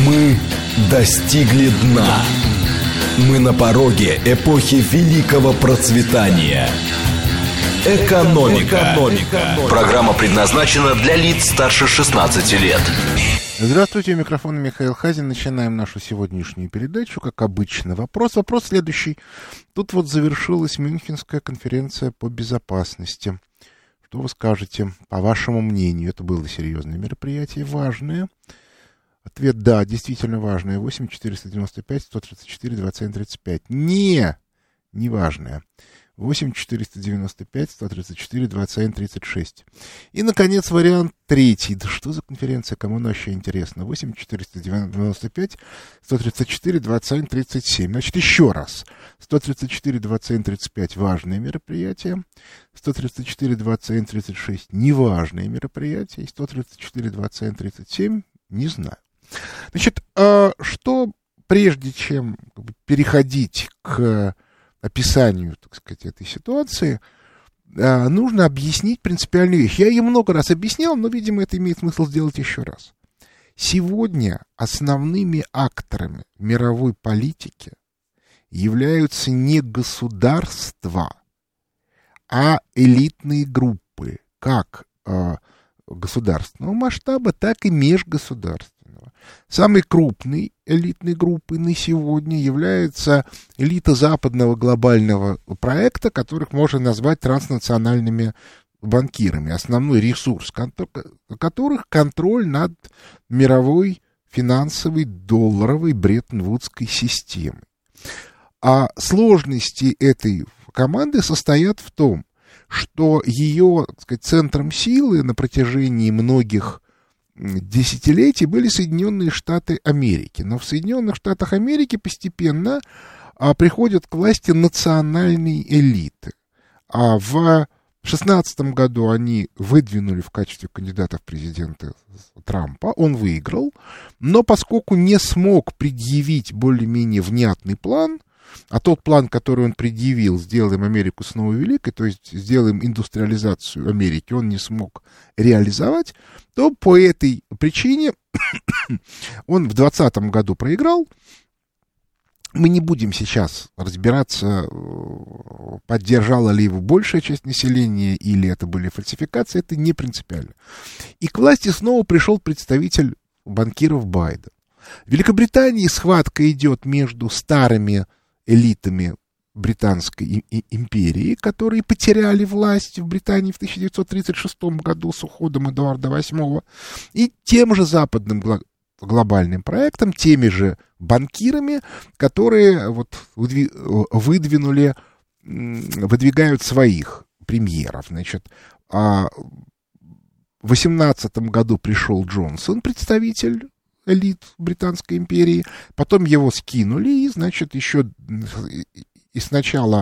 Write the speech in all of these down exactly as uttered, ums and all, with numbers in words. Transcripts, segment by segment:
Мы достигли дна. Мы на пороге эпохи великого процветания. Экономика. Экономика. Программа предназначена для лиц старше шестнадцати лет. Здравствуйте, у микрофона Михаил Хазин. Начинаем нашу сегодняшнюю передачу. Как обычно, вопрос. Вопрос следующий. Тут вот завершилась Мюнхенская конференция по безопасности. Что вы скажете, по вашему мнению? Это было серьезное мероприятие, важное. Ответ да, действительно важное. восемь четыреста девяносто пять сто тридцать четыре двадцать один тридцать пять. Не, не важное. восемь четыреста девяносто пять сто тридцать четыре двадцать один тридцать шесть. И, наконец, вариант третий. Да что за конференция, кому она вообще интересно? восемь четыреста девяносто пять сто тридцать четыре двадцать один тридцать семь. Значит, еще раз. сто тридцать четыре двадцать один тридцать пять важное мероприятие. сто тридцать четыре двадцать один тридцать шесть неважное мероприятие. И сто тридцать четыре двадцать один тридцать семь не знаю. Значит, что прежде чем переходить к описанию, так сказать, этой ситуации, нужно объяснить принципиальную вещь. Я ее много раз объяснял, но, видимо, это имеет смысл сделать еще раз. Сегодня основными акторами мировой политики являются не государства, а элитные группы, как государственного масштаба, так и межгосударственного. Самой крупной элитной группой на сегодня является элита западного глобального проекта, которых можно назвать транснациональными банкирами. Основной ресурс которых контроль над мировой финансовой долларовой Бреттон-Вудской системой. А сложности этой команды состоят в том, что ее, так сказать, центром силы на протяжении многих десятилетий были Соединенные Штаты Америки. Но в Соединенных Штатах Америки постепенно а, приходят к власти национальные элиты. А в шестнадцатом году они выдвинули в качестве кандидата в президенты Трампа. Он выиграл, но поскольку не смог предъявить более-менее внятный план, а тот план, который он предъявил, сделаем Америку снова великой, то есть сделаем индустриализацию Америки, он не смог реализовать, то по этой причине он в двадцатом году проиграл. Мы не будем сейчас разбираться, поддержала ли его большая часть населения или это были фальсификации, это не принципиально. И к власти снова пришел представитель банкиров Байден. В Великобритании схватка идет между старыми элитами Британской империи, которые потеряли власть в Британии в тысяча девятьсот тридцать шестом году с уходом Эдуарда восьмого, и тем же западным глобальным проектом, теми же банкирами, которые вот выдвинули, выдвигают своих премьеров. Значит, в восемнадцатом году пришел Джонсон, представитель элит Британской империи, потом его скинули, и, значит, еще и сначала,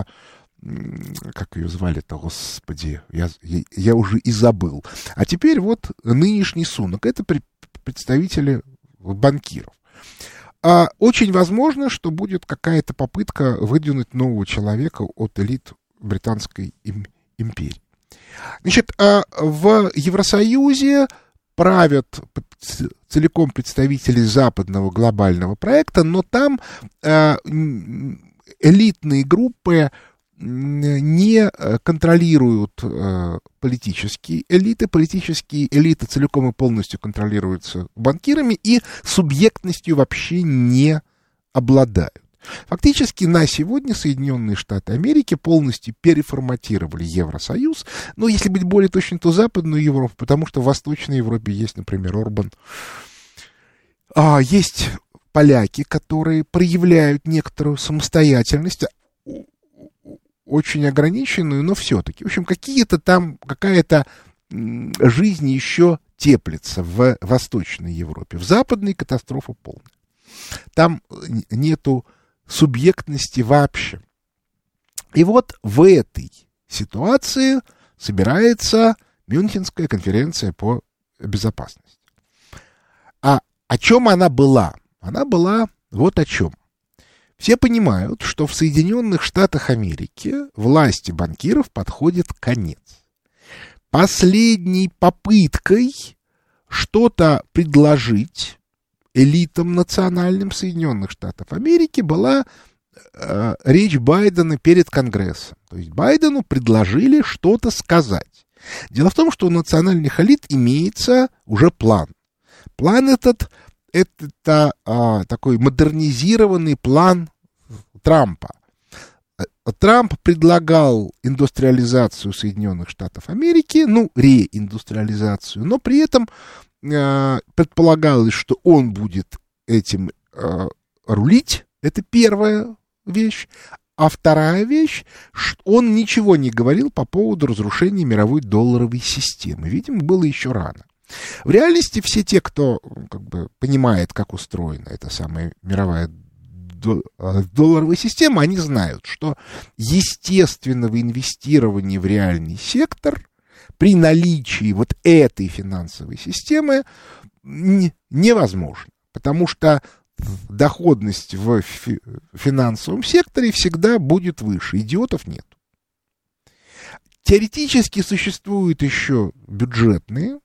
как ее звали-то, господи, я, я, я уже и забыл, а теперь вот нынешний Сунак, это представители банкиров. А очень возможно, что будет какая-то попытка выдвинуть нового человека от элит Британской империи. Значит, в Евросоюзе правят целиком представители западного глобального проекта, но там э, элитные группы не контролируют э, политические элиты. Политические элиты целиком и полностью контролируются банкирами и субъектностью вообще не обладают. Фактически на сегодня Соединенные Штаты Америки полностью переформатировали Евросоюз, но если быть более точным, то Западную Европу, потому что в Восточной Европе есть, например, Орбан. А, есть поляки, которые проявляют некоторую самостоятельность, очень ограниченную, но все-таки. В общем, какие-то там, какая-то жизнь еще теплится в Восточной Европе. В Западной катастрофа полная. Там нету субъектности вообще. И вот в этой ситуации собирается Мюнхенская конференция по безопасности. А о чем она была? Она была вот о чем. Все понимают, что в Соединенных Штатах Америки власти банкиров подходит конец. Последней попыткой что-то предложить элитам национальным Соединенных Штатов Америки была э, речь Байдена перед Конгрессом. То есть Байдену предложили что-то сказать. Дело в том, что у национальных элит имеется уже план. План этот — это а, такой модернизированный план Трампа. Трамп предлагал индустриализацию Соединенных Штатов Америки, ну, реиндустриализацию, но при этом э, предполагалось, что он будет этим э, рулить. Это первая вещь. А вторая вещь, что он ничего не говорил по поводу разрушения мировой долларовой системы. Видимо, было еще рано. В реальности все те, кто как бы понимает, как устроена эта самая мировая долларовая система, они знают, что естественного инвестирования в реальный сектор при наличии вот этой финансовой системы невозможно, потому что доходность в фи- финансовом секторе всегда будет выше, идиотов нет. Теоретически существуют еще бюджетные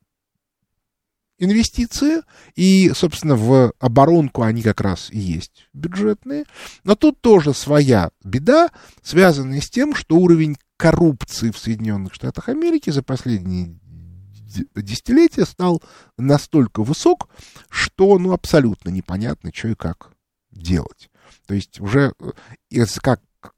инвестиции, и, собственно, в оборонку они как раз и есть бюджетные, но тут тоже своя беда, связанная с тем, что уровень коррупции в Соединенных Штатах Америки за последние десятилетия стал настолько высок, что, ну, абсолютно непонятно, что и как делать. То есть уже, как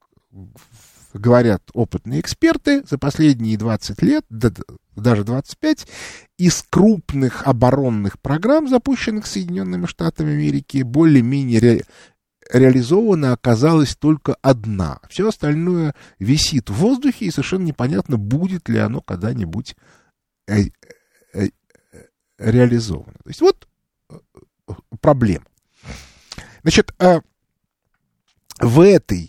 говорят опытные эксперты, за последние двадцать лет, даже двадцать пять, из крупных оборонных программ, запущенных Соединенными Штатами Америки, более-менее ре, реализована оказалась только одна. Все остальное висит в воздухе, и совершенно непонятно, будет ли оно когда-нибудь э, э, реализовано. То есть вот проблема. Значит, э, в этой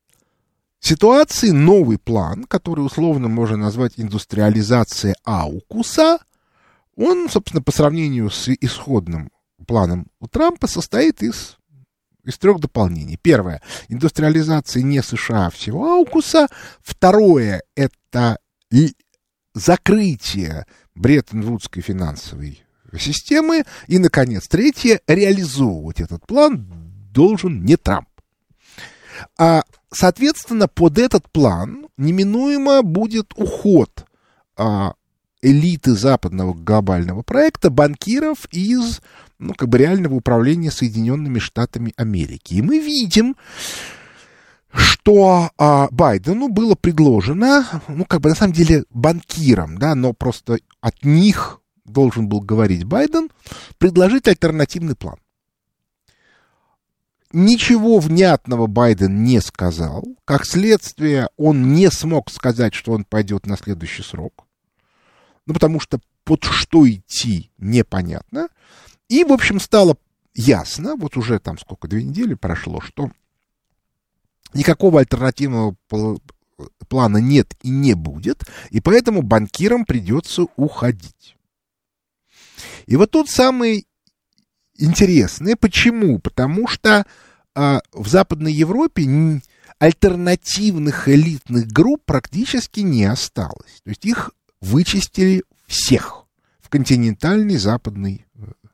ситуации новый план, который условно можно назвать индустриализация аукуса, он, собственно, по сравнению с исходным планом у Трампа состоит из, из трех дополнений. Первое — индустриализация не США, а всего аукуса. Второе — это закрытие Бреттон-Вудской финансовой системы. И, наконец, третье — реализовывать этот план должен не Трамп. А, соответственно, под этот план неминуемо будет уход а, элиты западного глобального проекта, банкиров из, ну, как бы реального управления Соединенными Штатами Америки. И мы видим, что а, Байдену было предложено, ну, как бы на самом деле банкирам, да, но просто от них должен был говорить Байден, предложить альтернативный план. Ничего внятного Байден не сказал. Как следствие, он не смог сказать, что он пойдет на следующий срок. Ну, потому что под что идти непонятно. И, в общем, стало ясно, вот уже там сколько, две недели прошло, что никакого альтернативного плана нет и не будет, и поэтому банкирам придется уходить. И вот тут самый интересное. Почему? Потому что а, в Западной Европе н- альтернативных элитных групп практически не осталось. То есть их вычистили всех в континентальной Западной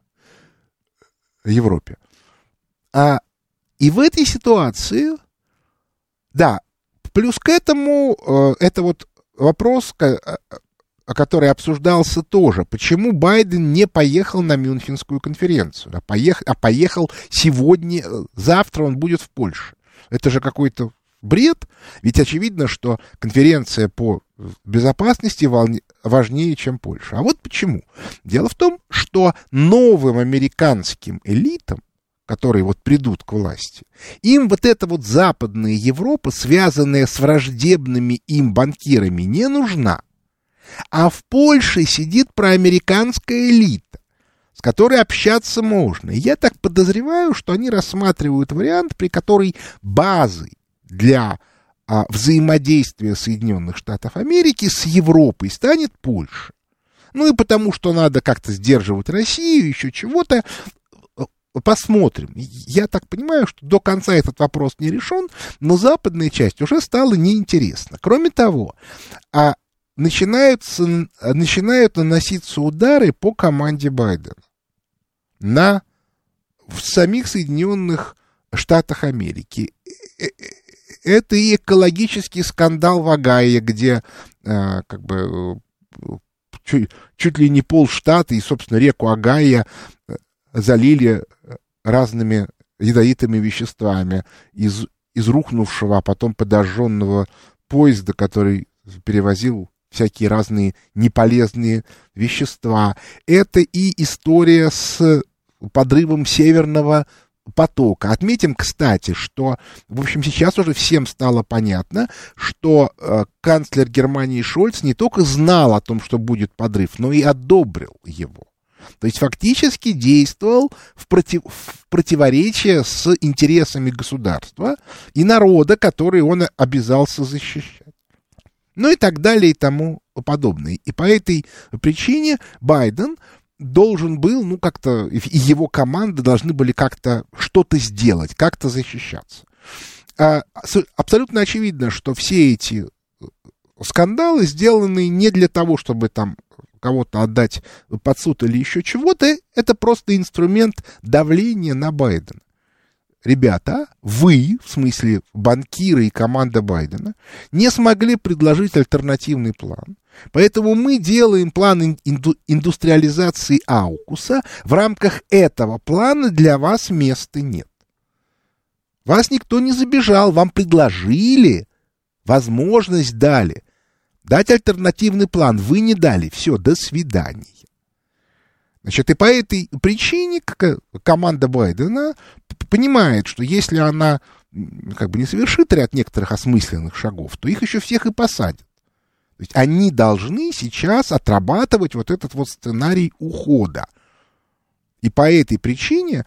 э, Европе. А, и в этой ситуации, да, плюс к этому, э, это вот вопрос, э, который обсуждался тоже. Почему Байден не поехал на Мюнхенскую конференцию, а поехал, а поехал сегодня, завтра он будет в Польше? Это же какой-то бред. Ведь очевидно, что конференция по безопасности важнее, чем Польша. А вот почему. Дело в том, что новым американским элитам, которые вот придут к власти, им вот эта вот Западная Европа, связанная с враждебными им банкирами, не нужна. А в Польше сидит проамериканская элита, с которой общаться можно. И я так подозреваю, что они рассматривают вариант, при которой базой для а, взаимодействия Соединенных Штатов Америки с Европой станет Польша. Ну и потому, что надо как-то сдерживать Россию, еще чего-то. Посмотрим. Я так понимаю, что до конца этот вопрос не решен, но западная часть уже стала неинтересна. Кроме того, а Начинаются, начинают наноситься удары по команде Байдена на в самих Соединенных Штатах Америки. Это и экологический скандал в Огайо, где как бы чуть, чуть ли не полштата и, собственно, реку Огайо залили разными ядовитыми веществами из, из рухнувшего, а потом подожженного поезда, который перевозил всякие разные неполезные вещества. Это и история с подрывом Северного потока. Отметим, кстати, что, в общем, сейчас уже всем стало понятно, что э, канцлер Германии Шольц не только знал о том, что будет подрыв, но и одобрил его. То есть фактически действовал в, против, в противоречие с интересами государства и народа, который он обязался защищать. Ну и так далее и тому подобное. И по этой причине Байден должен был, ну как-то, и его команды должны были как-то что-то сделать, как-то защищаться. А, абсолютно очевидно, что все эти скандалы сделаны не для того, чтобы там кого-то отдать под суд или еще чего-то, это просто инструмент давления на Байдена. Ребята, вы, в смысле банкиры и команда Байдена, не смогли предложить альтернативный план. Поэтому мы делаем план инду- индустриализации Аукуса. В рамках этого плана для вас места нет. Вас никто не забежал, вам предложили, возможность дали. Дать альтернативный план вы не дали. Все, до свидания. Значит, и по этой причине команда Байдена понимает, что если она как бы не совершит ряд некоторых осмысленных шагов, то их еще всех и посадят. То есть они должны сейчас отрабатывать вот этот вот сценарий ухода. И по этой причине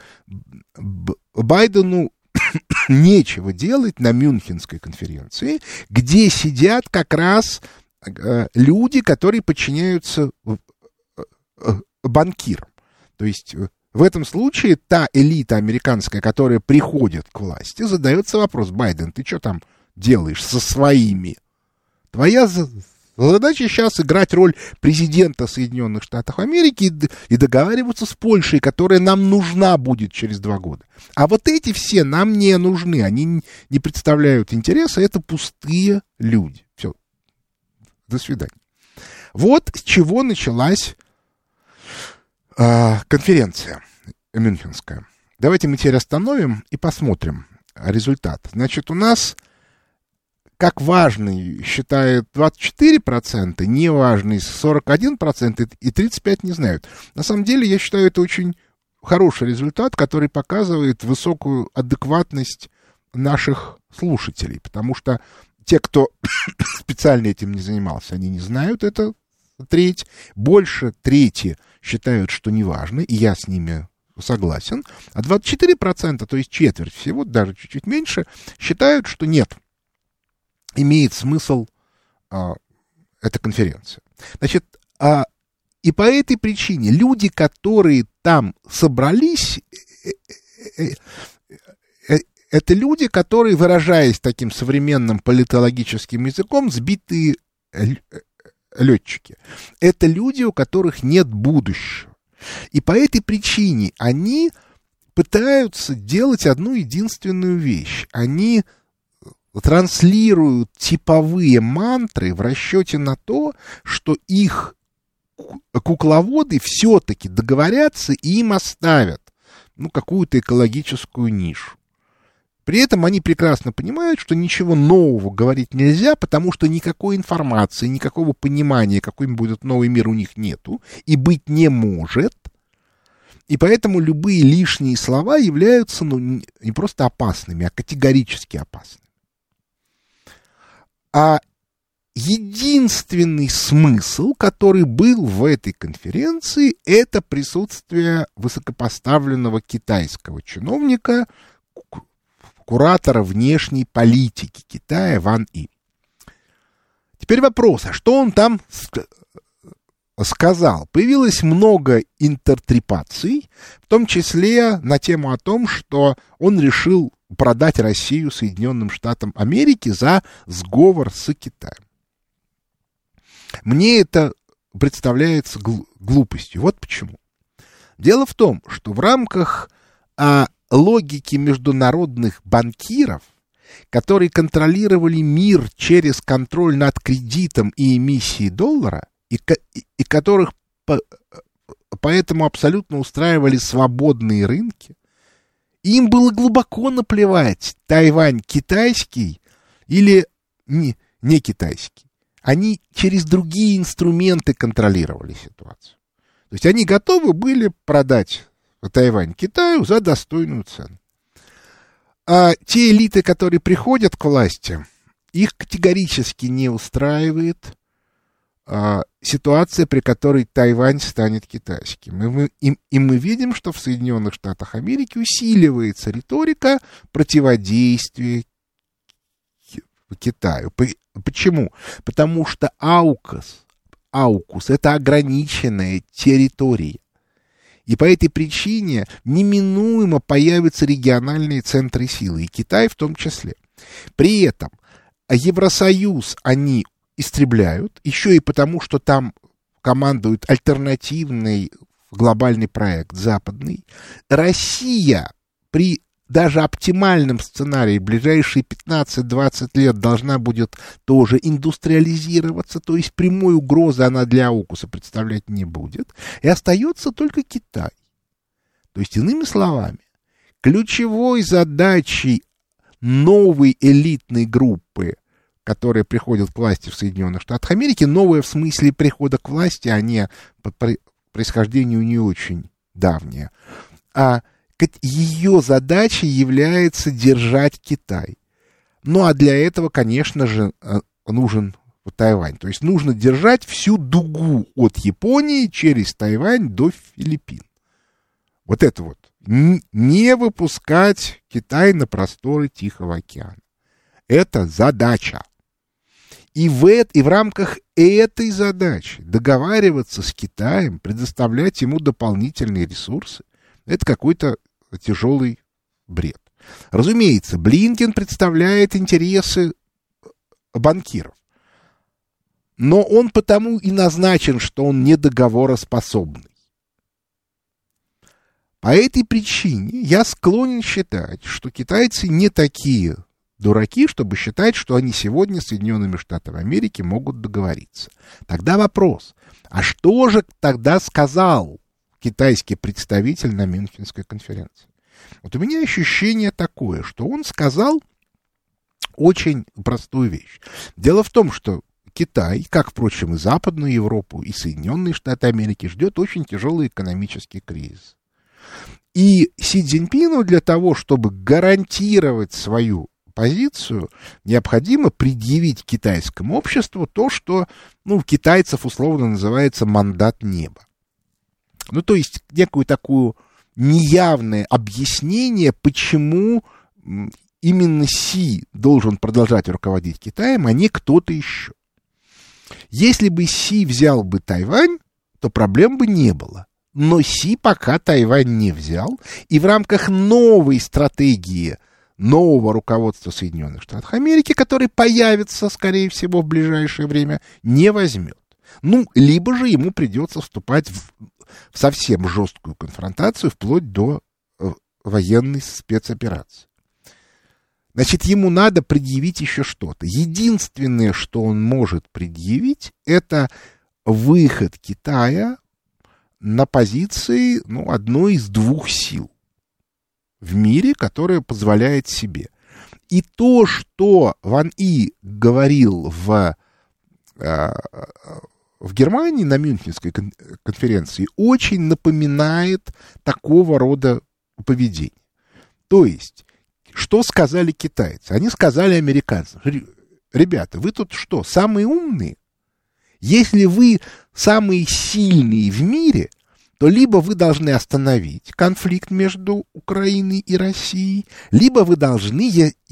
Байдену нечего делать на Мюнхенской конференции, где сидят как раз люди, которые подчиняются банкирам. То есть в этом случае та элита американская, которая приходит к власти, задается вопрос: Байден, ты что там делаешь со своими? Твоя задача сейчас играть роль президента Соединенных Штатов Америки и договариваться с Польшей, которая нам нужна будет через два года. А вот эти все нам не нужны, они не представляют интереса, это пустые люди. Все, до свидания. Вот с чего началась э, конференция мюнхенская. Давайте мы теперь остановим и посмотрим результат. Значит, у нас как важный считают двадцать четыре процента, неважный сорок один процент и тридцать пять процентов не знают. На самом деле, я считаю, это очень хороший результат, который показывает высокую адекватность наших слушателей, потому что те, кто специально этим не занимался, они не знают это треть. Больше трети считают, что неважно, и я с ними согласен. А двадцать четыре процента, то есть четверть всего, даже чуть-чуть меньше, считают, что нет. Имеет смысл а, эта конференция. Значит, а, и по этой причине люди, которые там собрались, э, э, э, это люди, которые, выражаясь таким современным политологическим языком, сбитые летчики. Это люди, у которых нет будущего. И по этой причине они пытаются делать одну единственную вещь. Они транслируют типовые мантры в расчете на то, что их кукловоды все-таки договорятся и им оставят ну, какую-то экологическую нишу. При этом они прекрасно понимают, что ничего нового говорить нельзя, потому что никакой информации, никакого понимания, какой будет новый мир, у них нету и быть не может. И поэтому любые лишние слова являются ну, не просто опасными, а категорически опасными. А единственный смысл, который был в этой конференции, это присутствие высокопоставленного китайского чиновника, куратора внешней политики Китая Ван И. Теперь вопрос, а что он там сказал? Появилось много интерпретаций, в том числе на тему о том, что он решил продать Россию Соединенным Штатам Америки за сговор с Китаем. Мне это представляется гл- глупостью. Вот почему. Дело в том, что в рамках а, логики международных банкиров, которые контролировали мир через контроль над кредитом и эмиссией доллара, и, и, и которых по, поэтому абсолютно устраивали свободные рынки. Им было глубоко наплевать, Тайвань китайский или не, не китайский. Они через другие инструменты контролировали ситуацию. То есть они готовы были продать Тайвань Китаю за достойную цену. А те элиты, которые приходят к власти, их категорически не устраивает а, ситуация, при которой Тайвань станет китайским. И мы, и, и мы видим, что в Соединенных Штатах Америки усиливается риторика противодействия Китаю. Почему? Потому что аукус, аукус — это ограниченная территория. И по этой причине неминуемо появятся региональные центры силы, и Китай в том числе. При этом Евросоюз они истребляют, еще и потому, что там командует альтернативный глобальный проект западный. Россия при даже оптимальном сценарии в ближайшие пятнадцать-двадцать лет должна будет тоже индустриализироваться, то есть прямой угрозы она для аукуса представлять не будет, и остается только Китай. То есть, иными словами, ключевой задачей новой элитной группы, которая приходит к власти в Соединенных Штатах Америки, новая в смысле прихода к власти, а не по происхождению не очень давняя, а ее задачей является держать Китай. Ну, а для этого, конечно же, нужен Тайвань. То есть нужно держать всю дугу от Японии через Тайвань до Филиппин. Вот это вот. Не выпускать Китай на просторы Тихого океана. Это задача. И в, и в рамках этой задачи договариваться с Китаем, предоставлять ему дополнительные ресурсы, это какой-то тяжелый бред. Разумеется, Блинкен представляет интересы банкиров. Но он потому и назначен, что он недоговороспособный. По этой причине я склонен считать, что китайцы не такие дураки, чтобы считать, что они сегодня с Соединенными Штатами Америки могут договориться. Тогда вопрос, а что же тогда сказал китайский представитель на Мюнхенской конференции? Вот у меня ощущение такое, что он сказал очень простую вещь. Дело в том, что Китай, как, впрочем, и Западную Европу, и Соединенные Штаты Америки, ждет очень тяжелый экономический кризис. И Си Цзиньпину для того, чтобы гарантировать свою позицию, необходимо предъявить китайскому обществу то, что, ну, у китайцев условно называется мандат неба. Ну, то есть некую такую неявное объяснение, почему именно Си должен продолжать руководить Китаем, а не кто-то еще. Если бы Си взял бы Тайвань, то проблем бы не было. Но Си пока Тайвань не взял, и в рамках новой стратегии нового руководства Соединенных Штатов Америки, который появится, скорее всего, в ближайшее время, не возьмет. Ну, либо же ему придется вступать в, в совсем жесткую конфронтацию, вплоть до э, военной спецоперации. Значит, ему надо предъявить еще что-то. Единственное, что он может предъявить, это выход Китая на позиции, ну, одной из двух сил в мире, которая позволяет себе. И то, что Ван И говорил в, э, в Германии на Мюнхенской конференции, очень напоминает такого рода поведение. То есть, что сказали китайцы? Они сказали американцам: ребята, вы тут что, самые умные? Если вы самые сильные в мире, то либо вы должны остановить конфликт между Украиной и Россией, либо вы должны,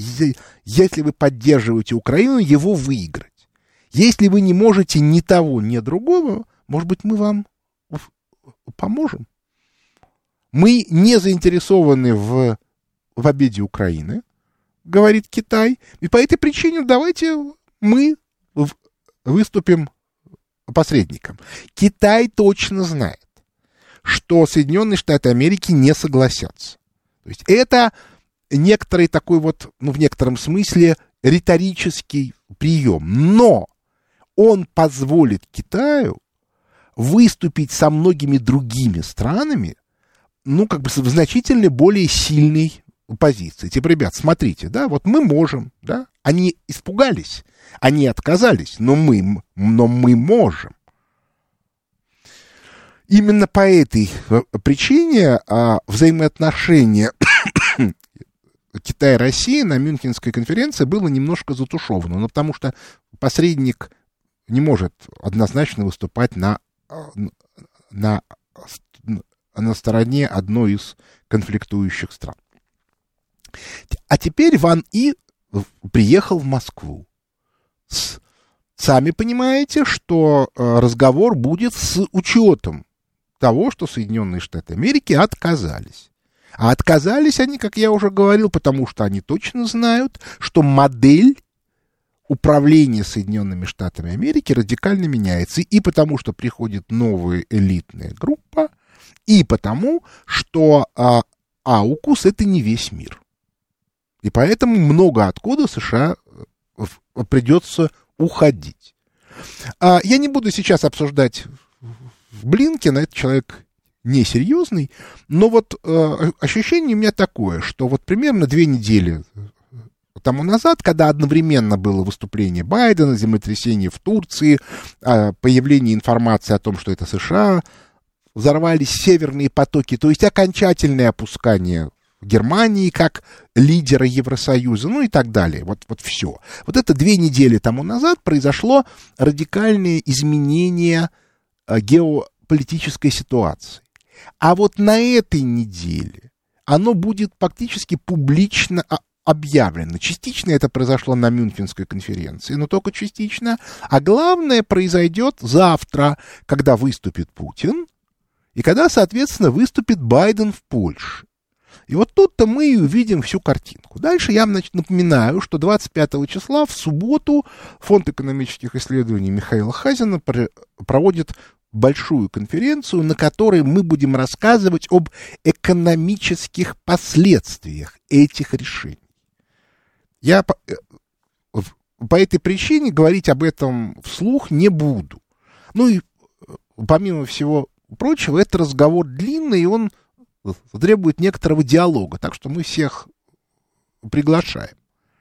если вы поддерживаете Украину, его выиграть. Если вы не можете ни того, ни другого, может быть, мы вам поможем. Мы не заинтересованы в, в победе Украины, говорит Китай, и по этой причине давайте мы выступим посредником. Китай точно знает, что Соединенные Штаты Америки не согласятся. То есть это некоторый такой вот, ну, в некотором смысле, риторический прием. Но он позволит Китаю выступить со многими другими странами, ну, как бы в значительно более сильной позиции. Типа, ребят, смотрите, да, вот мы можем, да, они испугались, они отказались, но мы, но мы можем. Именно по этой причине а, взаимоотношения Китая и России на Мюнхенской конференции было немножко затушевано, ну, потому что посредник не может однозначно выступать на, на, на стороне одной из конфликтующих стран. А теперь Ван И приехал в Москву. С, сами понимаете, что э, разговор будет с учетом того, что Соединенные Штаты Америки отказались. А отказались они, как я уже говорил, потому что они точно знают, что модель управления Соединенными Штатами Америки радикально меняется. И потому, что приходит новая элитная группа, и потому, что а, АУКУС — это не весь мир. И поэтому много откуда США придется уходить. А, я не буду сейчас обсуждать Блинкена, этот человек несерьезный, но вот э, ощущение у меня такое, что вот примерно две недели тому назад, когда одновременно было выступление Байдена, землетрясение в Турции, э, появление информации о том, что это США, взорвались северные потоки, то есть окончательное опускание Германии как лидера Евросоюза, ну и так далее. Вот, вот все. Вот это две недели тому назад произошло радикальное изменение э, геополитической ситуации. А вот на этой неделе оно будет фактически публично объявлено. Частично это произошло на Мюнхенской конференции, но только частично. А главное произойдет завтра, когда выступит Путин, и когда, соответственно, выступит Байден в Польше. И вот тут-то мы и увидим всю картинку. Дальше я, значит, напоминаю, что двадцать пятого числа в субботу Фонд экономических исследований Михаила Хазина проводит большую конференцию, на которой мы будем рассказывать об экономических последствиях этих решений. Я по, по этой причине говорить об этом вслух не буду. Ну и помимо всего прочего, это разговор длинный, и он требует некоторого диалога, так что мы всех приглашаем.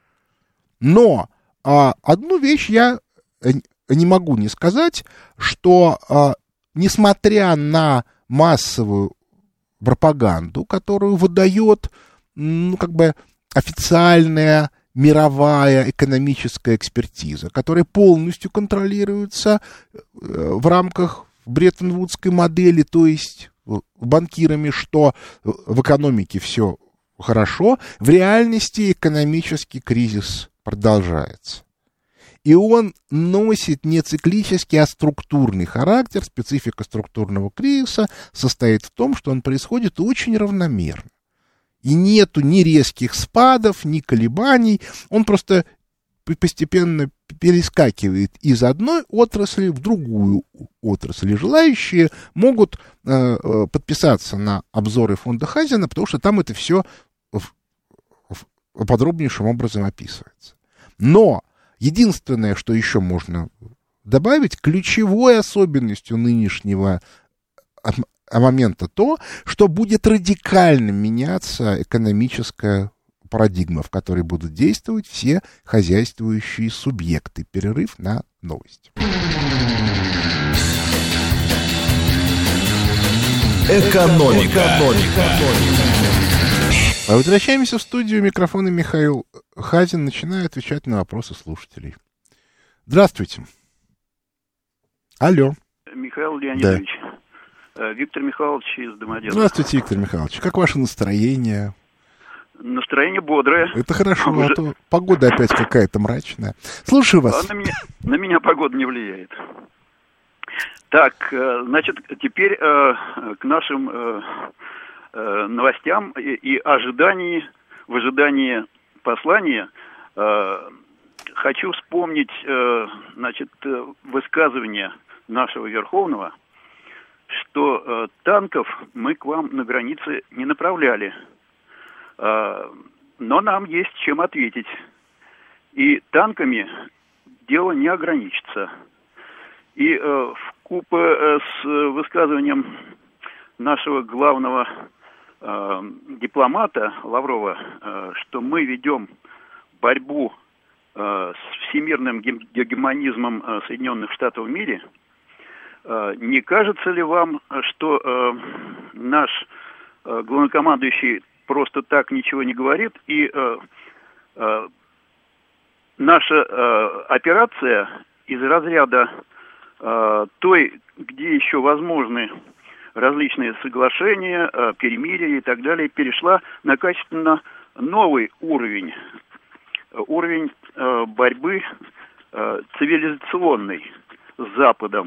Но а, одну вещь я не могу не сказать, что а, несмотря на массовую пропаганду, которую выдает, ну, как бы официальная мировая экономическая экспертиза, которая полностью контролируется в рамках Бреттон-Вудской модели, то есть банкирами, что в экономике все хорошо, в реальности экономический кризис продолжается. И он носит не циклический, а структурный характер. Специфика структурного кризиса состоит в том, что он происходит очень равномерно. И нету ни резких спадов, ни колебаний. Он просто постепенно перескакивает из одной отрасли в другую отрасль. И желающие могут э, подписаться на обзоры фонда Хазина, потому что там это все в, в подробнейшим образом описывается. Но единственное, что еще можно добавить, ключевой особенностью нынешнего момента то, что будет радикально меняться экономическая парадигма, в которой будут действовать все хозяйствующие субъекты. Перерыв на новости. Экономика. Экономика. Возвращаемся в студию. Микрофон и Михаил Хазин. Начинаю отвечать на вопросы слушателей. Здравствуйте. Алло. Михаил Леонидович. Да. Виктор Михайлович из Домодедова. Здравствуйте, Виктор Михайлович. Как ваше настроение? Настроение бодрое. Это хорошо, а, а то погода опять какая-то мрачная. Слушаю вас. А на меня, на меня погода не влияет. Так, значит, теперь э, к нашим э, э, новостям и, и ожидании, в ожидании послания э, хочу вспомнить, э, значит, высказывание нашего Верховного, что э, танков мы к вам на границе не направляли. Но нам есть чем ответить. И танками дело не ограничится. И вкупе с высказыванием нашего главного дипломата Лаврова, что мы ведем борьбу с всемирным гегемонизмом Соединенных Штатов в мире, не кажется ли вам, что наш главнокомандующий просто так ничего не говорит, и наша операция из разряда той, где еще возможны различные соглашения, перемирия и так далее, перешла на качественно новый уровень, уровень борьбы цивилизационной с Западом.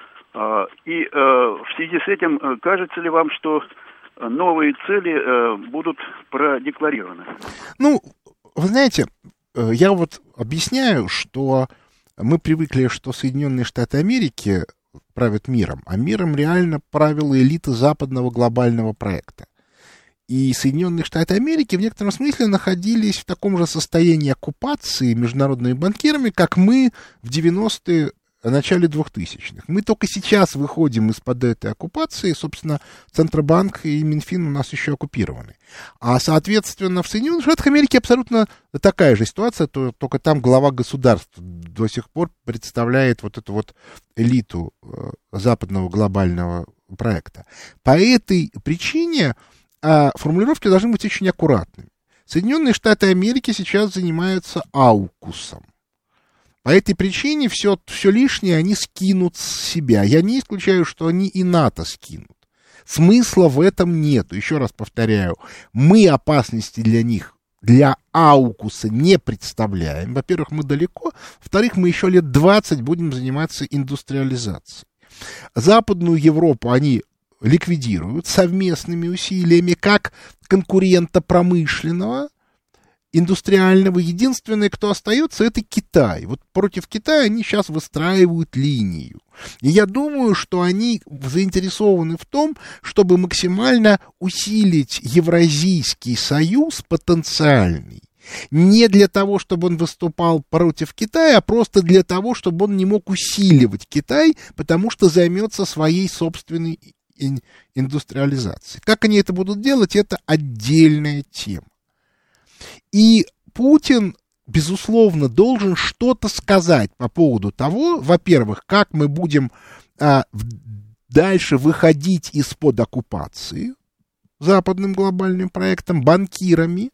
И в связи с этим, кажется ли вам, что новые цели будут продекларированы? Ну, вы знаете, я вот объясняю, что мы привыкли, что Соединенные Штаты Америки правят миром, а миром реально правила элита западного глобального проекта. И Соединенные Штаты Америки в некотором смысле находились в таком же состоянии оккупации международными банкирами, как мы в девяностые, начале двухтысячных. Мы только сейчас выходим из-под этой оккупации, собственно, Центробанк и Минфин у нас еще оккупированы. А, соответственно, в Соединенных Штатах Америки абсолютно такая же ситуация, то, только там глава государства до сих пор представляет вот эту вот элиту э, западного глобального проекта. По этой причине э, формулировки должны быть очень аккуратными. Соединенные Штаты Америки сейчас занимаются аукусом. По этой причине все, все лишнее они скинут с себя. Я не исключаю, что они и НАТО скинут. Смысла в этом нет. Еще раз повторяю, мы опасности для них, для аукуса не представляем. Во-первых, мы далеко. Во-вторых, мы еще лет двадцать будем заниматься индустриализацией. Западную Европу они ликвидируют совместными усилиями как конкурента промышленного, индустриального. Единственное, кто остается, это Китай. Вот против Китая они сейчас выстраивают линию. И я думаю, что они заинтересованы в том, чтобы максимально усилить Евразийский союз потенциальный. Не для того, чтобы он выступал против Китая, а просто для того, чтобы он не мог усиливать Китай, потому что займется своей собственной индустриализацией. Как они это будут делать, это отдельная тема. И Путин, безусловно, должен что-то сказать по поводу того, во-первых, как мы будем а, дальше выходить из-под оккупации западным глобальным проектом, банкирами.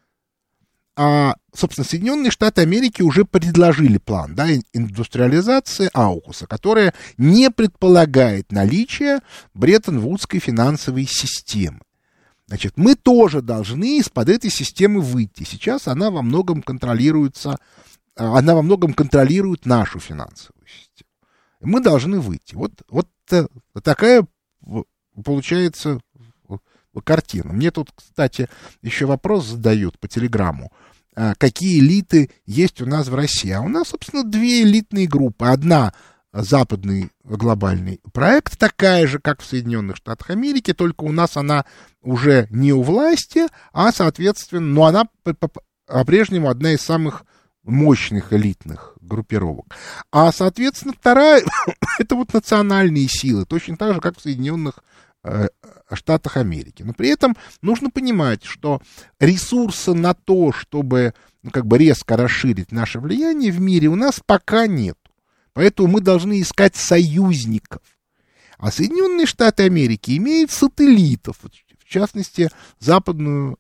А, собственно, Соединенные Штаты Америки уже предложили план, да, индустриализации аукуса, которая не предполагает наличие Бреттон-Вудской финансовой системы. Значит, мы тоже должны из-под этой системы выйти. Сейчас она во многом контролируется, она во многом контролирует нашу финансовую систему. Мы должны выйти. Вот, вот такая получается картина. Мне тут, кстати, еще вопрос задают по телеграмму. Какие элиты есть у нас в России? А у нас, собственно, две элитные группы. Одна западный глобальный проект, такая же, как в Соединенных Штатах Америки, только у нас она уже не у власти, а, соответственно, но она по-прежнему одна из самых мощных элитных группировок. А, соответственно, вторая, это вот национальные силы, точно так же, как в Соединенных э, Штатах Америки. Но при этом нужно понимать, что ресурса на то, чтобы, ну, как бы резко расширить наше влияние в мире, у нас пока нет. Поэтому мы должны искать союзников. А Соединенные Штаты Америки имеют сателлитов, в частности, Западную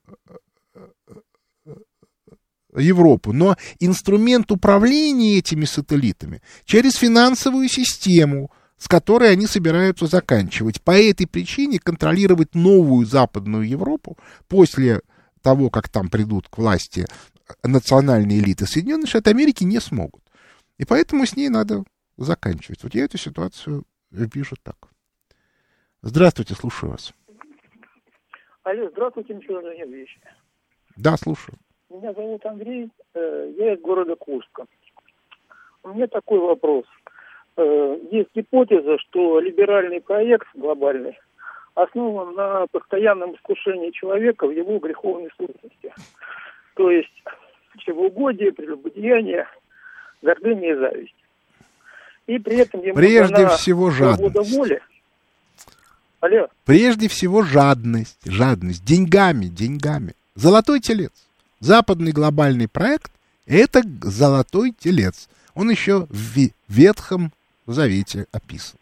Европу. Но инструмент управления этими сателлитами через финансовую систему, с которой они собираются заканчивать. По этой причине контролировать новую Западную Европу после того, как там придут к власти национальные элиты, Соединенные Штаты Америки не смогут. И поэтому с ней надо заканчивать. Вот я эту ситуацию вижу так. Здравствуйте, слушаю вас. Алло, здравствуйте, Михаил Леонидович. Да, слушаю. Меня зовут Андрей, я из города Курска. У меня такой вопрос. Есть гипотеза, что либеральный проект глобальный основан на постоянном искушении человека в его греховной сущности. То есть чревоугодие, прелюбодеяние, гордыня и зависть. И при этом ему Прежде дана всего свобода жадность. воли. Алло. Прежде всего жадность, жадность, деньгами, деньгами. Золотой телец. Западный глобальный проект — это золотой телец. Он еще в Ветхом Завете описан.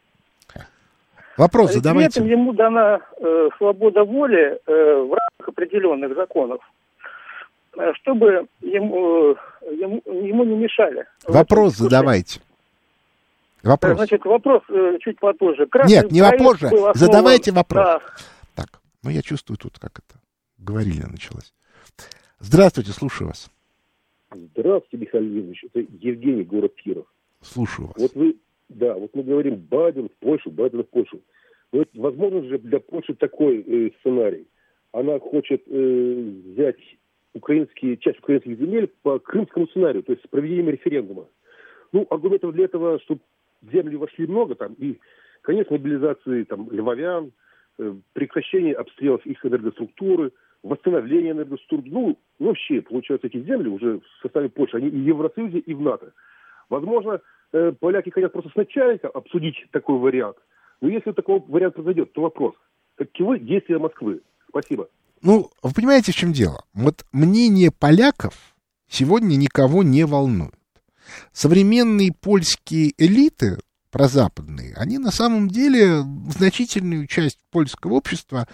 Вопрос задавайте. При этом ему дана э, свобода воли э, в рамках определенных законов, э, чтобы ему, э, ему, ему не мешали. Вопрос задавайте. Вопрос. Значит, вопрос э, чуть попозже. Красный Нет, не попозже. был основан... Задавайте вопрос. Да. Так, ну я чувствую тут, как это, говорильня началась. Здравствуйте, слушаю вас. Здравствуйте, Михаил Юрьевич. Это Евгений, город Киров. Слушаю вас. Вот вы, да, вот мы говорим Байден в Польшу, Байден в Польшу. Но это, возможно же для Польши такой э, сценарий. Она хочет э, взять украинские, часть украинских земель по крымскому сценарию, то есть с проведением референдума. Ну, аргументов для этого, что в земли вошли много там, и конец мобилизации там львовян, э, прекращение обстрелов их энергоструктуры, восстановление энергоструктуры. Ну, вообще, получается, эти земли уже в составе Польши, они и в Евросоюзе, и в НАТО. Возможно, э, поляки хотят просто с начальника обсудить такой вариант. Но если такой вариант произойдет, то вопрос. Каковы действия Москвы? Спасибо. Ну, вы понимаете, в чем дело? Вот мнение поляков сегодня никого не волнует. Современные польские элиты, прозападные, они на самом деле значительную часть польского общества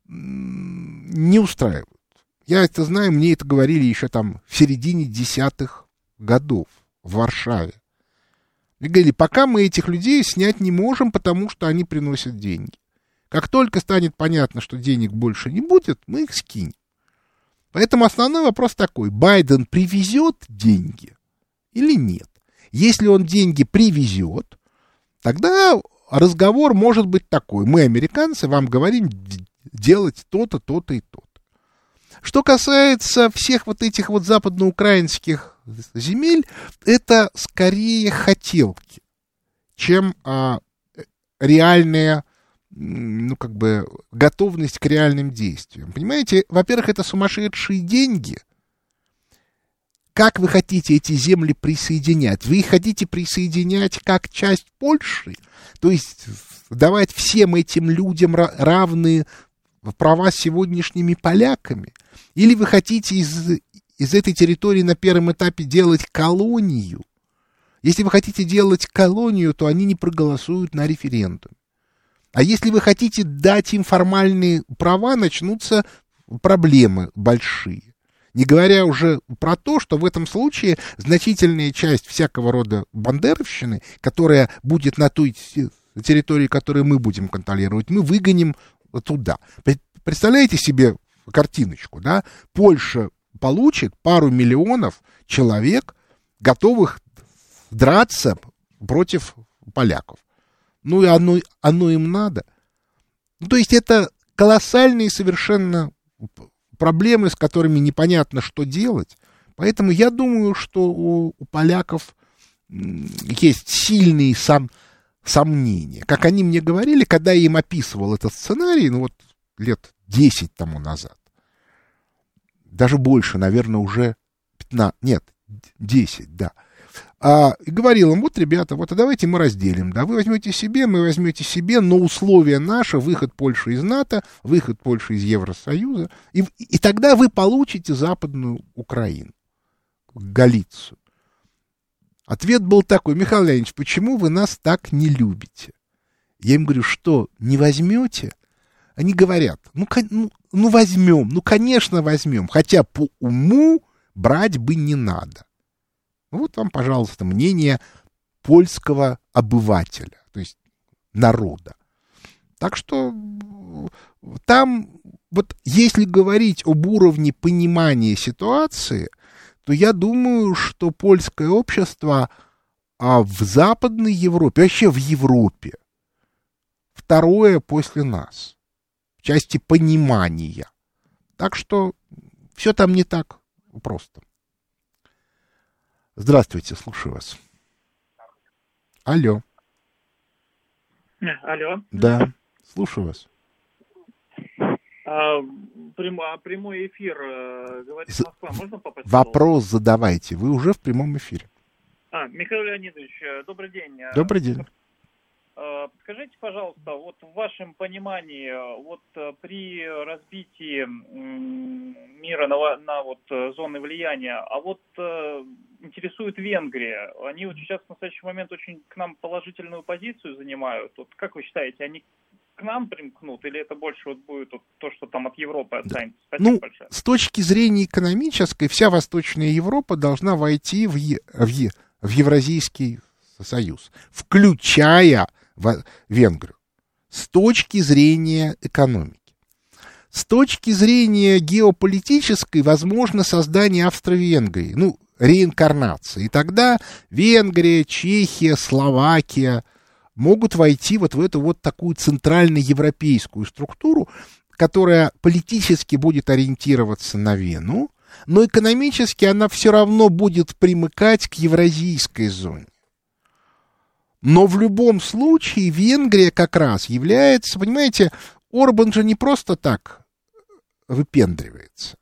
не устраивают. Я это знаю, мне это говорили еще там в середине десятых годов в Варшаве. И говорили, пока мы этих людей снять не можем, потому что они приносят деньги. Как только станет понятно, что денег больше не будет, мы их скинем. Поэтому основной вопрос такой, Байден привезет деньги или нет? Если он деньги привезет, тогда разговор может быть такой. Мы, американцы, вам говорим делать то-то, то-то и то-то. Что касается всех вот этих вот западноукраинских земель, это скорее хотелки, чем а, реальная, ну, как бы, готовность к реальным действиям. Понимаете, во-первых, это сумасшедшие деньги. Как вы хотите эти земли присоединять? Вы их хотите присоединять как часть Польши? То есть давать всем этим людям равные права с сегодняшними поляками? Или вы хотите из, из этой территории на первом этапе делать колонию? Если вы хотите делать колонию, то они не проголосуют на референдуме. А если вы хотите дать им формальные права, начнутся проблемы большие. Не говоря уже про то, что в этом случае значительная часть всякого рода бандеровщины, которая будет на той территории, которую мы будем контролировать, мы выгоним туда. Представляете себе картиночку, да? Польша получит пару миллионов человек, готовых драться против поляков. Ну и оно, оно им надо. Ну, то есть это колоссальные совершенно проблемы, с которыми непонятно, что делать. Поэтому я думаю, что у, у поляков есть сильные сом, сомнения. Как они мне говорили, когда я им описывал этот сценарий, ну вот лет десять тому назад, даже больше, наверное, уже пятнадцать, нет, десять, да. А, и говорил им, вот, ребята, вот, а давайте мы разделим, да, вы возьмете себе, мы возьмете себе, но условия наши, выход Польши из НАТО, выход Польши из Евросоюза, и, и тогда вы получите Западную Украину, Галицию. Ответ был такой, Михаил Леонидович, почему вы нас так не любите? Я им говорю, что, не возьмете? Они говорят, ну, ну, ну возьмем, ну, конечно, возьмем, хотя по уму брать бы не надо. Вот вам, пожалуйста, мнение польского обывателя, то есть народа. Так что там, вот если говорить об уровне понимания ситуации, то я думаю, что польское общество а в Западной Европе, вообще в Европе, второе после нас, в части понимания. Так что все там не так просто. Здравствуйте, слушаю вас. Алло. Алло. Да, слушаю вас. А, прям, а прямой эфир, э, говорит За... Москва, можно попасть? Вопрос задавайте, вы уже в прямом эфире. А, Михаил Леонидович, добрый день. Добрый день. Скажите, пожалуйста, вот в вашем понимании, вот при разбитии мира на, на вот зоны влияния, а вот интересует Венгрия, они вот сейчас в настоящий момент очень к нам положительную позицию занимают. Вот как вы считаете, они к нам примкнут, или это больше вот будет вот то, что там от Европы останется? Да. Ну, большое. С точки зрения экономической, вся Восточная Европа должна войти в, е, в, е, в Евразийский союз, включая в Венгрию. С точки зрения экономики. С точки зрения геополитической, возможно создание Австро-Венгрии, ну, реинкарнация. И тогда Венгрия, Чехия, Словакия могут войти вот в эту вот такую центральноевропейскую структуру, которая политически будет ориентироваться на Вену, но экономически она все равно будет примыкать к евразийской зоне. Но в любом случае Венгрия как раз является, понимаете, Орбан же не просто так выпендривается.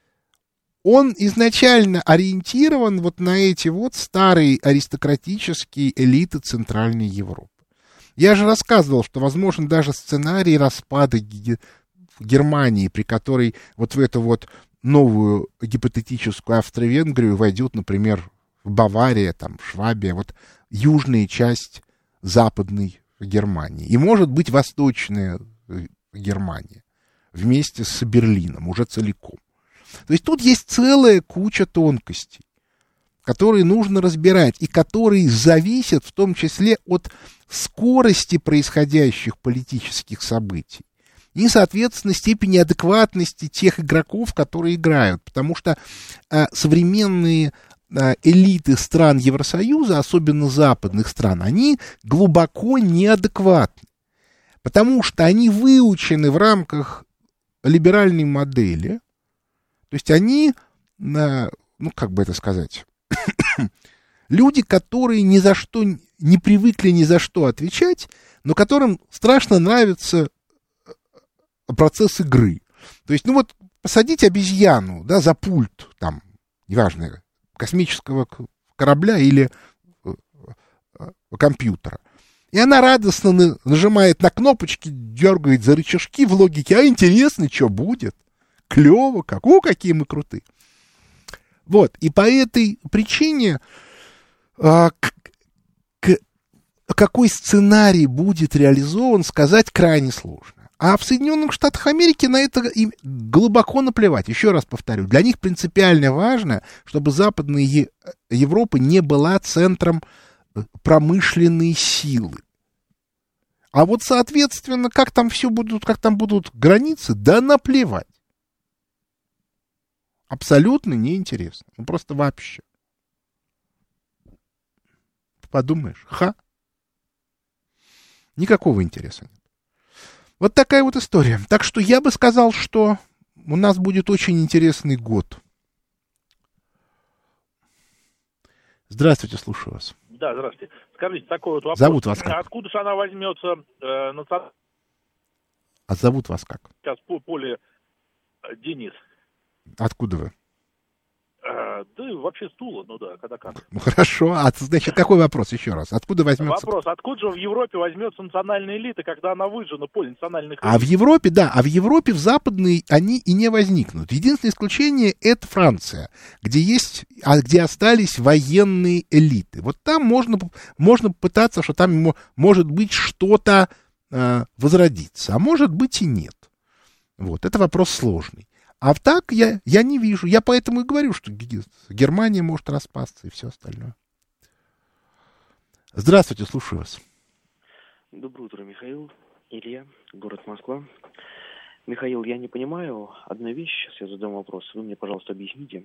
Он изначально ориентирован вот на эти вот старые аристократические элиты Центральной Европы. Я же рассказывал, что возможен даже сценарий распада Германии, при которой вот в эту вот новую гипотетическую Австро-Венгрию войдет, например, Бавария, там, Швабия, вот южная часть западной Германии. И, может быть, восточная Германия вместе с Берлином, уже целиком. То есть тут есть целая куча тонкостей, которые нужно разбирать, и которые зависят в том числе от скорости происходящих политических событий и, соответственно, степени адекватности тех игроков, которые играют. Потому что э, современные э, элиты стран Евросоюза, особенно западных стран, они глубоко неадекватны. Потому что они выучены в рамках либеральной модели. То есть они, э, ну, как бы это сказать, люди, которые ни за что не привыкли ни за что отвечать, но которым страшно нравится процесс игры. То есть, ну вот, посадить обезьяну, да, за пульт, там, неважно, космического корабля или компьютера. И она радостно нажимает на кнопочки, дергает за рычажки в логике. А интересно, что будет? Клево, как, о, какие мы крутые. Вот, и по этой причине а, к, к, какой сценарий будет реализован, сказать крайне сложно. А в Соединенных Штатах Америки на это им глубоко наплевать. Еще раз повторю, для них принципиально важно, чтобы Западная Е- Европа не была центром промышленной силы. А вот, соответственно, как там все будут, как там будут границы, да наплевать. Абсолютно неинтересно. Ну, просто вообще. Подумаешь, ха. Никакого интереса нет. Вот такая вот история. Так что я бы сказал, что у нас будет очень интересный год. Здравствуйте, слушаю вас. Да, здравствуйте. Скажите, такой вот вопрос. Зовут вас как? Откуда же она возьмется э, национальная... А зовут вас как? Сейчас по поле Денис. Откуда вы? Э, да вообще с Тула, ну да, когда как. Ну хорошо, а значит, какой вопрос еще раз? Откуда возьмется? Вопрос, откуда же в Европе возьмется национальная элита, когда она выжжена, поле национальных элит? А в Европе, да, а в Европе, в западной, они и не возникнут. Единственное исключение — это Франция, где есть, а где остались военные элиты. Вот там можно, можно пытаться, что там может быть что-то э, возродиться, а может быть и нет. Вот, это вопрос сложный. А так я, я не вижу. Я поэтому и говорю, что Германия может распасться и все остальное. Здравствуйте, слушаю вас. Доброе утро, Михаил. Илья, город Москва. Михаил, я не понимаю одну вещь. Сейчас я задам вопрос. Вы мне, пожалуйста, объясните.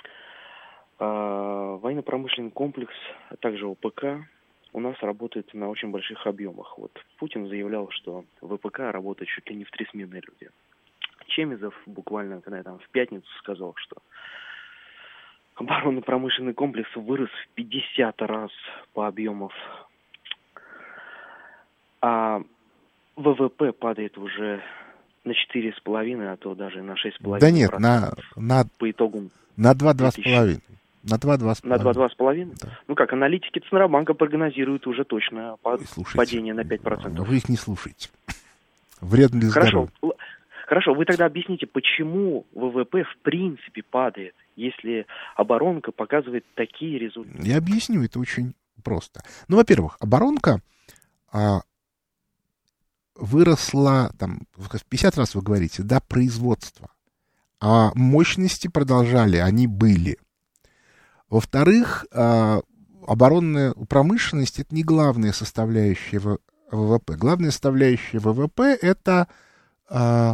А, военно-промышленный комплекс, а также ОПК у нас работает на очень больших объемах. Вот Путин заявлял, что в ВПК работают чуть ли не в три смены люди. Чемизов буквально, когда я там в пятницу сказал, что оборонно-промышленный комплекс вырос в пятьдесят раз по объемам, а ВВП падает уже на четыре с половиной, а то даже на шесть с половиной. Да нет, на, на, по итогу на два-два с половиной. На два-два с половиной. На два-два с половиной? Да. Ну как, аналитики Центробанка прогнозируют уже точно падение на пять процентов. Вы их не слушаете. Вредно для Хорошо. здоровья. Хорошо, вы тогда объясните, почему ВВП в принципе падает, если оборонка показывает такие результаты? Я объясню, это очень просто. Ну, во-первых, оборонка а, выросла, там, в пятьдесят раз вы говорите, до производства. А мощности продолжали, они были. Во-вторых, а, оборонная промышленность — это не главная составляющая ВВП. Главная составляющая ВВП — это а,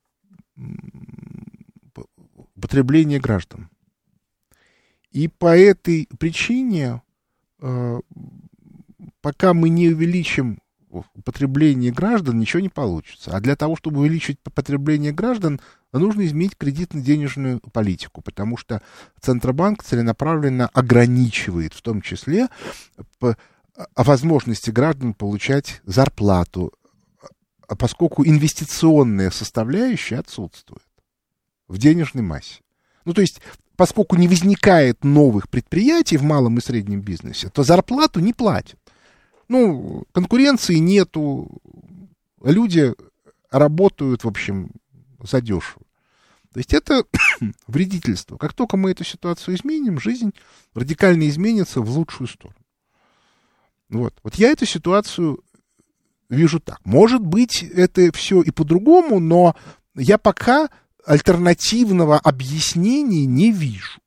потребление граждан. И по этой причине, а, пока мы не увеличим потребление граждан, ничего не получится. А для того, чтобы увеличить потребление граждан, нужно изменить кредитно-денежную политику, потому что Центробанк целенаправленно ограничивает, в том числе, по, о возможности граждан получать зарплату, поскольку инвестиционная составляющая отсутствует в денежной массе. Ну, то есть, поскольку не возникает новых предприятий в малом и среднем бизнесе, то зарплату не платят. Ну, конкуренции нету, люди работают, в общем, задешево. То есть это вредительство. Как только мы эту ситуацию изменим, жизнь радикально изменится в лучшую сторону. Вот, вот я эту ситуацию вижу так. Может быть, это все и по-другому, но я пока альтернативного объяснения не вижу.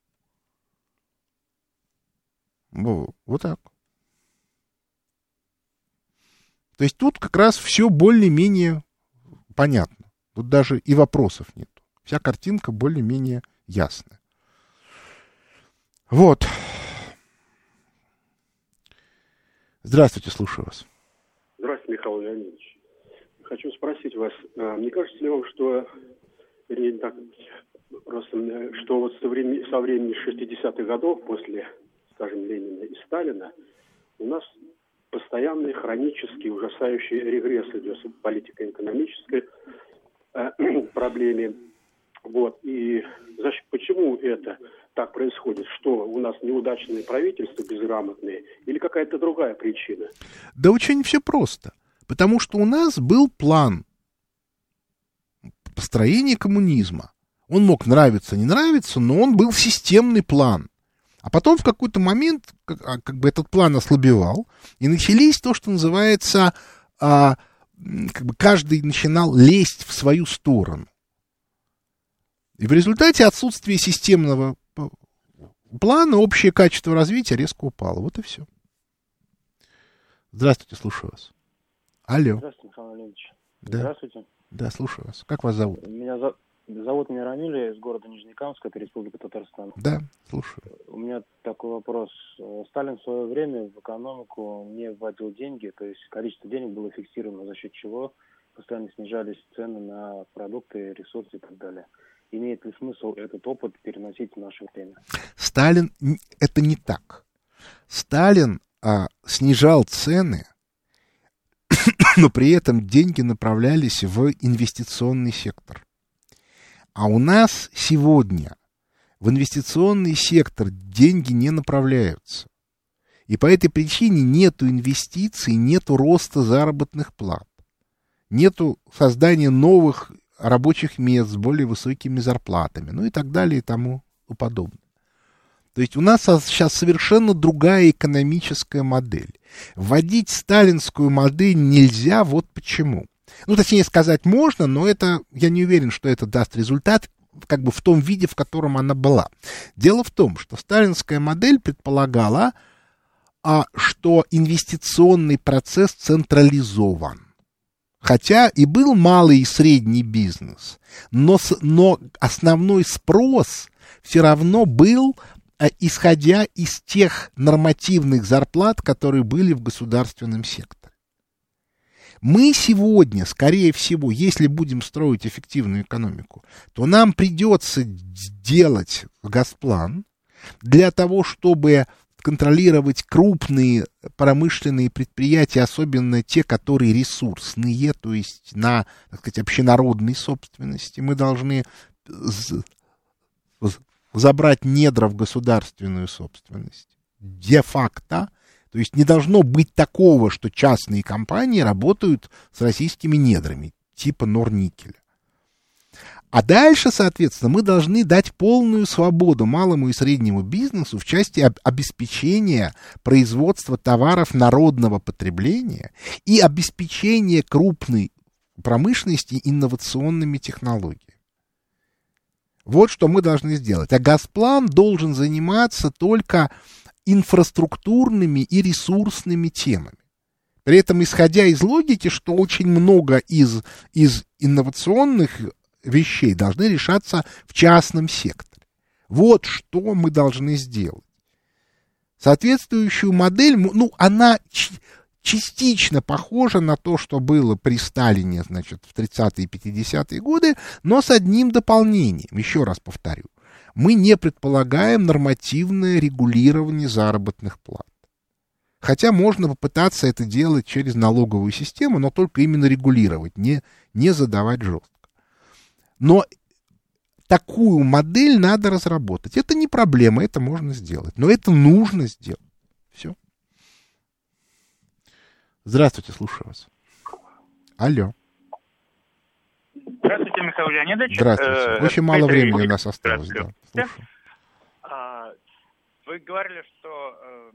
Вот, вот так. То есть тут как раз все более-менее понятно. Тут даже и вопросов нет. Вся картинка более-менее ясная. Вот. Здравствуйте, слушаю вас. Здравствуйте, Михаил Леонидович. Хочу спросить вас, не кажется ли вам, что, вернее, так, просто, что вот со времени, со времени шестидесятых годов, после, скажем, Ленина и Сталина, у нас постоянный хронический ужасающий регресс идет в политико-экономической э, проблеме. Вот. И значит, почему это так происходит? Что у нас неудачные правительства, безграмотные, или какая-то другая причина? Да очень все просто. Потому что у нас был план построения коммунизма. Он мог нравиться, не нравиться, но он был системный план. А потом в какой-то момент как, как бы этот план ослабевал, и начались то, что называется, а, как бы каждый начинал лезть в свою сторону. И в результате отсутствия системного плана общее качество развития резко упало. Вот и все. Здравствуйте, слушаю вас. Алло. Здравствуйте, Михаил Леонидович. Да. Здравствуйте. Да, слушаю вас. Как вас зовут? Меня за... зовут меня Рамиль, я из города Нижнекамск, это Республика Татарстан. Да, слушаю. У меня такой вопрос. Сталин в свое время в экономику не вводил деньги, то есть количество денег было фиксировано, за счет чего постоянно снижались цены на продукты, ресурсы и так далее. Имеет ли смысл этот опыт переносить в наше время? Сталин, это не так. Сталин а, снижал цены, но при этом деньги направлялись в инвестиционный сектор. А у нас сегодня в инвестиционный сектор деньги не направляются. И по этой причине нету инвестиций, нету роста заработных плат, нету создания новых рабочих мест с более высокими зарплатами, ну и так далее и тому подобное. То есть у нас сейчас совершенно другая экономическая модель. Вводить сталинскую модель нельзя, вот почему. Ну, точнее сказать, можно, но это, я не уверен, что это даст результат как бы в том виде, в котором она была. Дело в том, что сталинская модель предполагала, а, что инвестиционный процесс централизован. Хотя и был малый и средний бизнес, но, но основной спрос все равно был, а, исходя из тех нормативных зарплат, которые были в государственном секторе. Мы сегодня, скорее всего, если будем строить эффективную экономику, то нам придется делать госплан для того, чтобы контролировать крупные промышленные предприятия, особенно те, которые ресурсные, то есть на, так сказать, общенародной собственности. Мы должны забрать недра в государственную собственность. Де-факто. То есть не должно быть такого, что частные компании работают с российскими недрами, типа Норникеля. А дальше, соответственно, мы должны дать полную свободу малому и среднему бизнесу в части об- обеспечения производства товаров народного потребления и обеспечения крупной промышленности инновационными технологиями. Вот что мы должны сделать. А Газплан должен заниматься только инфраструктурными и ресурсными темами. При этом, исходя из логики, что очень много из, из инновационных вещей должны решаться в частном секторе. Вот что мы должны сделать. Соответствующую модель, ну, она ч- частично похожа на то, что было при Сталине, значит, в тридцатые и пятидесятые годы, но с одним дополнением. Еще раз повторю. Мы не предполагаем нормативное регулирование заработных плат. Хотя можно попытаться это делать через налоговую систему, но только именно регулировать, не, не задавать жестко. Но такую модель надо разработать. Это не проблема, это можно сделать. Но это нужно сделать. Все. Здравствуйте, слушаю вас. Алло. Здравствуйте, Михаил Леонидович. Здравствуйте. Очень мало Дмитрий... времени у нас осталось. Да. А, вы говорили, что э,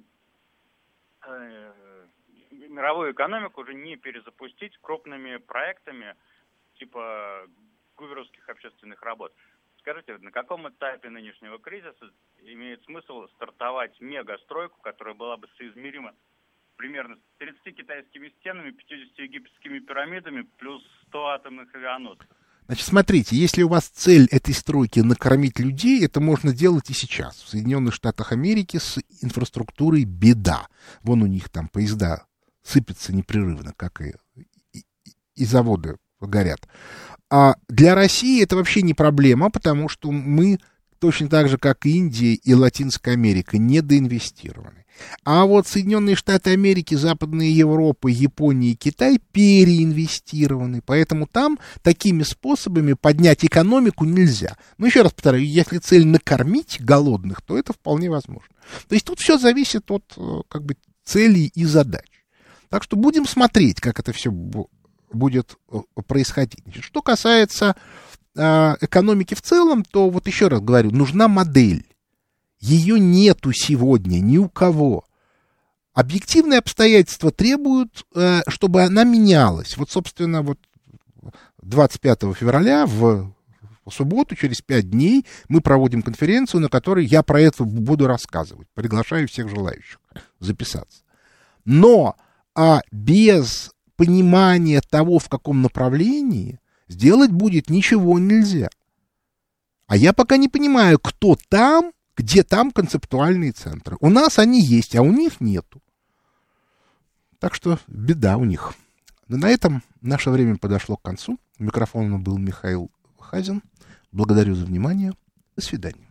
э, мировую экономику уже не перезапустить крупными проектами типа гуверовских общественных работ. Скажите, на каком этапе нынешнего кризиса имеет смысл стартовать мегастройку, которая была бы соизмерима примерно с тридцатью китайскими стенами, пятьюдесятью египетскими пирамидами, плюс сто атомных авианосцев? Значит, смотрите, если у вас цель этой стройки накормить людей, это можно делать и сейчас. В Соединенных Штатах Америки с инфраструктурой беда. Вон у них там поезда сыпятся непрерывно, как и, и, и заводы горят. А для России это вообще не проблема, потому что мы точно так же, как и Индия и Латинская Америка, недоинвестированы. А вот Соединенные Штаты Америки, Западная Европа, Япония и Китай переинвестированы. Поэтому там такими способами поднять экономику нельзя. Но еще раз повторяю, если цель накормить голодных, то это вполне возможно. То есть тут все зависит от как бы целей и задач. Так что будем смотреть, как это все будет происходить. Значит, что касается э, экономики в целом, то вот еще раз говорю, нужна модель. Ее нету сегодня ни у кого. Объективные обстоятельства требуют, э, чтобы она менялась. Вот, собственно, вот двадцать пятого февраля в, в субботу, через пять дней, мы проводим конференцию, на которой я про это буду рассказывать. Приглашаю всех желающих записаться. Но а без понимания того, в каком направлении, сделать будет ничего нельзя. А я пока не понимаю, кто там, где там концептуальные центры. У нас они есть, а у них нету. Так что беда у них. Но на этом наше время подошло к концу. У микрофона был Михаил Хазин. Благодарю за внимание. До свидания.